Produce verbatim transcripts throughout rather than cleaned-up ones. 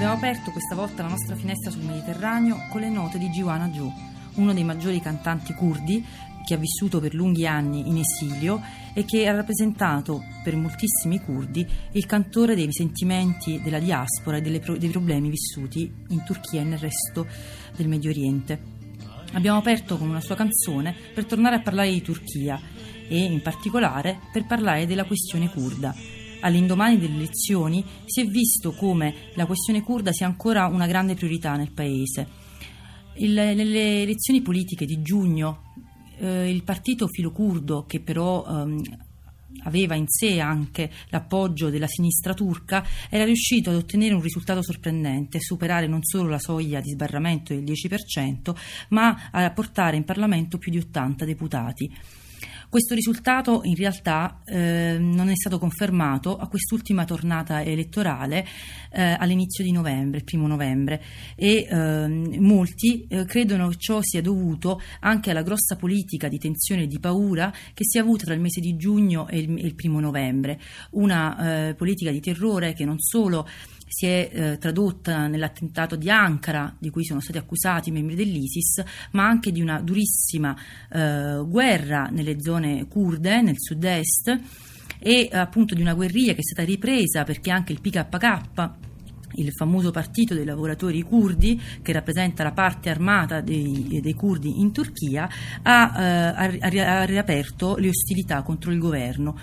Abbiamo aperto questa volta la nostra finestra sul Mediterraneo con le note di Giwana Joe, uno dei maggiori cantanti curdi che ha vissuto per lunghi anni in esilio e che ha rappresentato per moltissimi curdi il cantore dei sentimenti della diaspora e delle pro- dei problemi vissuti in Turchia e nel resto del Medio Oriente. Abbiamo aperto con una sua canzone per tornare a parlare di Turchia e in particolare per parlare della questione curda. All'indomani delle elezioni si è visto come la questione curda sia ancora una grande priorità nel paese. Il, nelle elezioni politiche di giugno eh, il partito filocurdo, che però ehm, aveva in sé anche l'appoggio della sinistra turca, era riuscito ad ottenere un risultato sorprendente, superare non solo la soglia di sbarramento del dieci per cento, ma a portare in Parlamento più di ottanta deputati. Questo risultato in realtà eh, non è stato confermato a quest'ultima tornata elettorale eh, all'inizio di novembre, il primo novembre, e eh, molti eh, credono che ciò sia dovuto anche alla grossa politica di tensione e di paura che si è avuta tra il mese di giugno e il, e il primo novembre, una eh, politica di terrore che non solo si è eh, tradotta nell'attentato di Ankara, di cui sono stati accusati i membri dell'ISIS, ma anche di una durissima eh, guerra nelle zone kurde, nel sud-est, e eh, appunto di una guerriglia che è stata ripresa perché anche il P K K, il famoso partito dei lavoratori curdi, che rappresenta la parte armata dei, dei curdi in Turchia, ha, eh, ha, ha riaperto le ostilità contro il governo.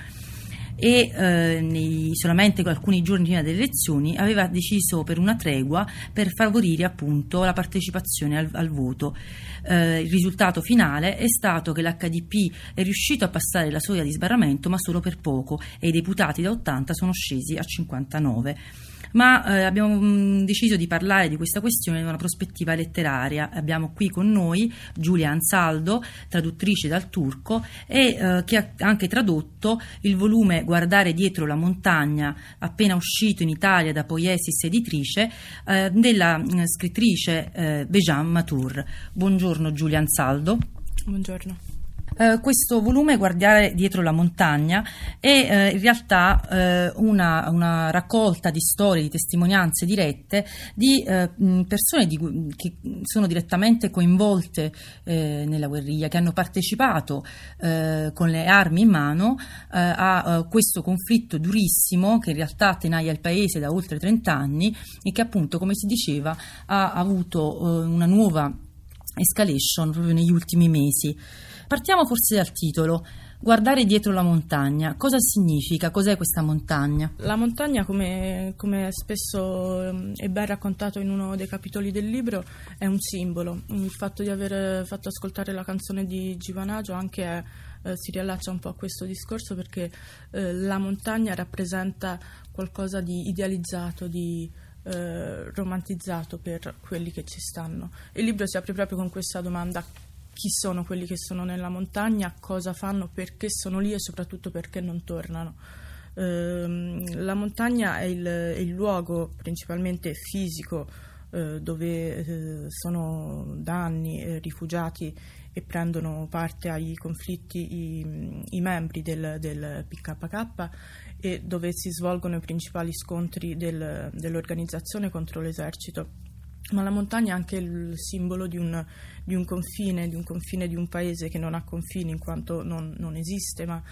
e eh, nei, solamente alcuni giorni prima delle elezioni aveva deciso per una tregua per favorire appunto la partecipazione al, al voto. Eh, il risultato finale è stato che l'H D P è riuscito a passare la soglia di sbarramento, ma solo per poco, e i deputati da ottanta sono scesi a cinquantanove. Ma eh, abbiamo mh, deciso di parlare di questa questione da una prospettiva letteraria. Abbiamo qui con noi Giulia Ansaldo, traduttrice dal turco, e eh, che ha anche tradotto il volume Guardare dietro la montagna, appena uscito in Italia da Poiesis editrice, eh, della mh, scrittrice eh, Bejan Matur. Buongiorno Giulia Ansaldo. Buongiorno. Uh, questo volume Guardare dietro la montagna è uh, in realtà uh, una, una raccolta di storie, di testimonianze dirette di uh, persone di, che sono direttamente coinvolte uh, nella guerriglia, che hanno partecipato uh, con le armi in mano uh, a uh, questo conflitto durissimo che in realtà tenaglia il paese da oltre trenta anni e che appunto, come si diceva, ha avuto uh, una nuova escalation proprio negli ultimi mesi. Partiamo forse dal titolo, Guardare dietro la montagna. Cosa significa? Cos'è questa montagna? La montagna, come, come spesso è ben raccontato in uno dei capitoli del libro, è un simbolo. Il fatto di aver fatto ascoltare la canzone di Giwana Joe anche è, eh, si riallaccia un po' a questo discorso, perché eh, la montagna rappresenta qualcosa di idealizzato, di eh, romantizzato per quelli che ci stanno. Il libro si apre proprio con questa domanda: chi sono quelli che sono nella montagna, cosa fanno, perché sono lì e soprattutto perché non tornano. Eh, la montagna è il, è il luogo principalmente fisico eh, dove eh, sono da anni eh, rifugiati e prendono parte ai conflitti i, i membri del, del P K K, e dove si svolgono i principali scontri del, dell'organizzazione contro l'esercito. Ma la montagna è anche il simbolo di un, di un confine, di un confine di un paese che non ha confini in quanto non, non esiste, ma,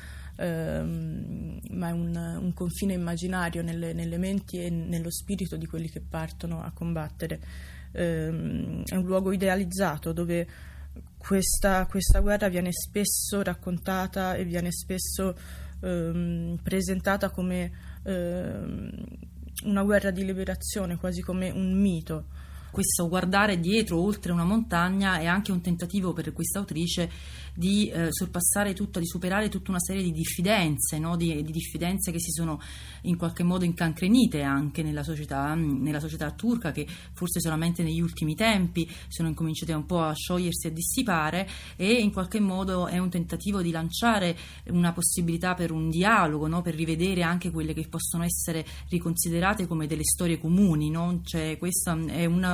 ehm, ma è un, un confine immaginario nelle, nelle menti e nello spirito di quelli che partono a combattere. Ehm, è un luogo idealizzato dove questa, questa guerra viene spesso raccontata e viene spesso ehm, presentata come ehm, una guerra di liberazione, quasi come un mito. Questo guardare dietro, oltre una montagna, è anche un tentativo per questa autrice di eh, sorpassare tutta, di superare tutta una serie di diffidenze, no? di, di diffidenze che si sono in qualche modo incancrenite anche nella società, nella società turca, che forse solamente negli ultimi tempi sono incominciate un po' a sciogliersi e a dissipare, e in qualche modo è un tentativo di lanciare una possibilità per un dialogo, no? Per rivedere anche quelle che possono essere riconsiderate come delle storie comuni, no? Cioè, questa è una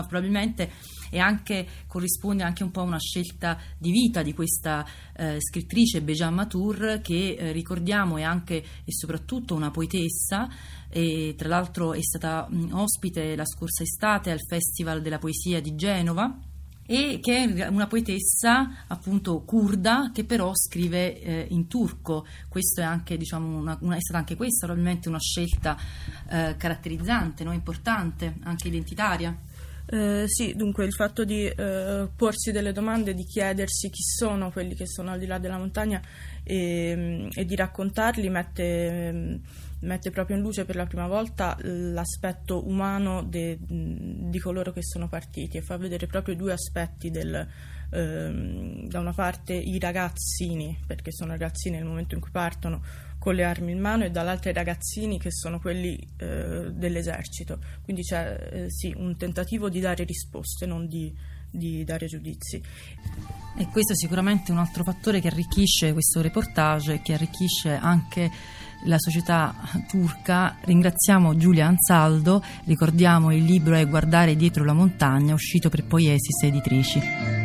probabilmente è anche, corrisponde anche un po' a una scelta di vita di questa eh, scrittrice Bejan Mathur, che eh, ricordiamo è anche e soprattutto una poetessa, e tra l'altro è stata mh, ospite la scorsa estate al Festival della Poesia di Genova, e che è una poetessa appunto curda che però scrive eh, in turco. Questo è anche, diciamo, una, una, è stata anche questa probabilmente una scelta eh, caratterizzante, no? Importante, anche identitaria. Eh, sì, dunque il fatto di eh, porsi delle domande, di chiedersi chi sono quelli che sono al di là della montagna e, e di raccontarli mette, mette proprio in luce per la prima volta l'aspetto umano de, di coloro che sono partiti, e fa vedere proprio due aspetti del, ehm, da una parte i ragazzini, perché sono ragazzini nel momento in cui partono con le armi in mano, e dall'altra i ragazzini che sono quelli eh, dell'esercito. Quindi c'è eh, sì, un tentativo di dare risposte, non di, di dare giudizi. E questo è sicuramente un altro fattore che arricchisce questo reportage, che arricchisce anche la società turca. Ringraziamo Giulia Ansaldo, ricordiamo il libro è Guardare dietro la montagna, uscito per Poiesis Editrici.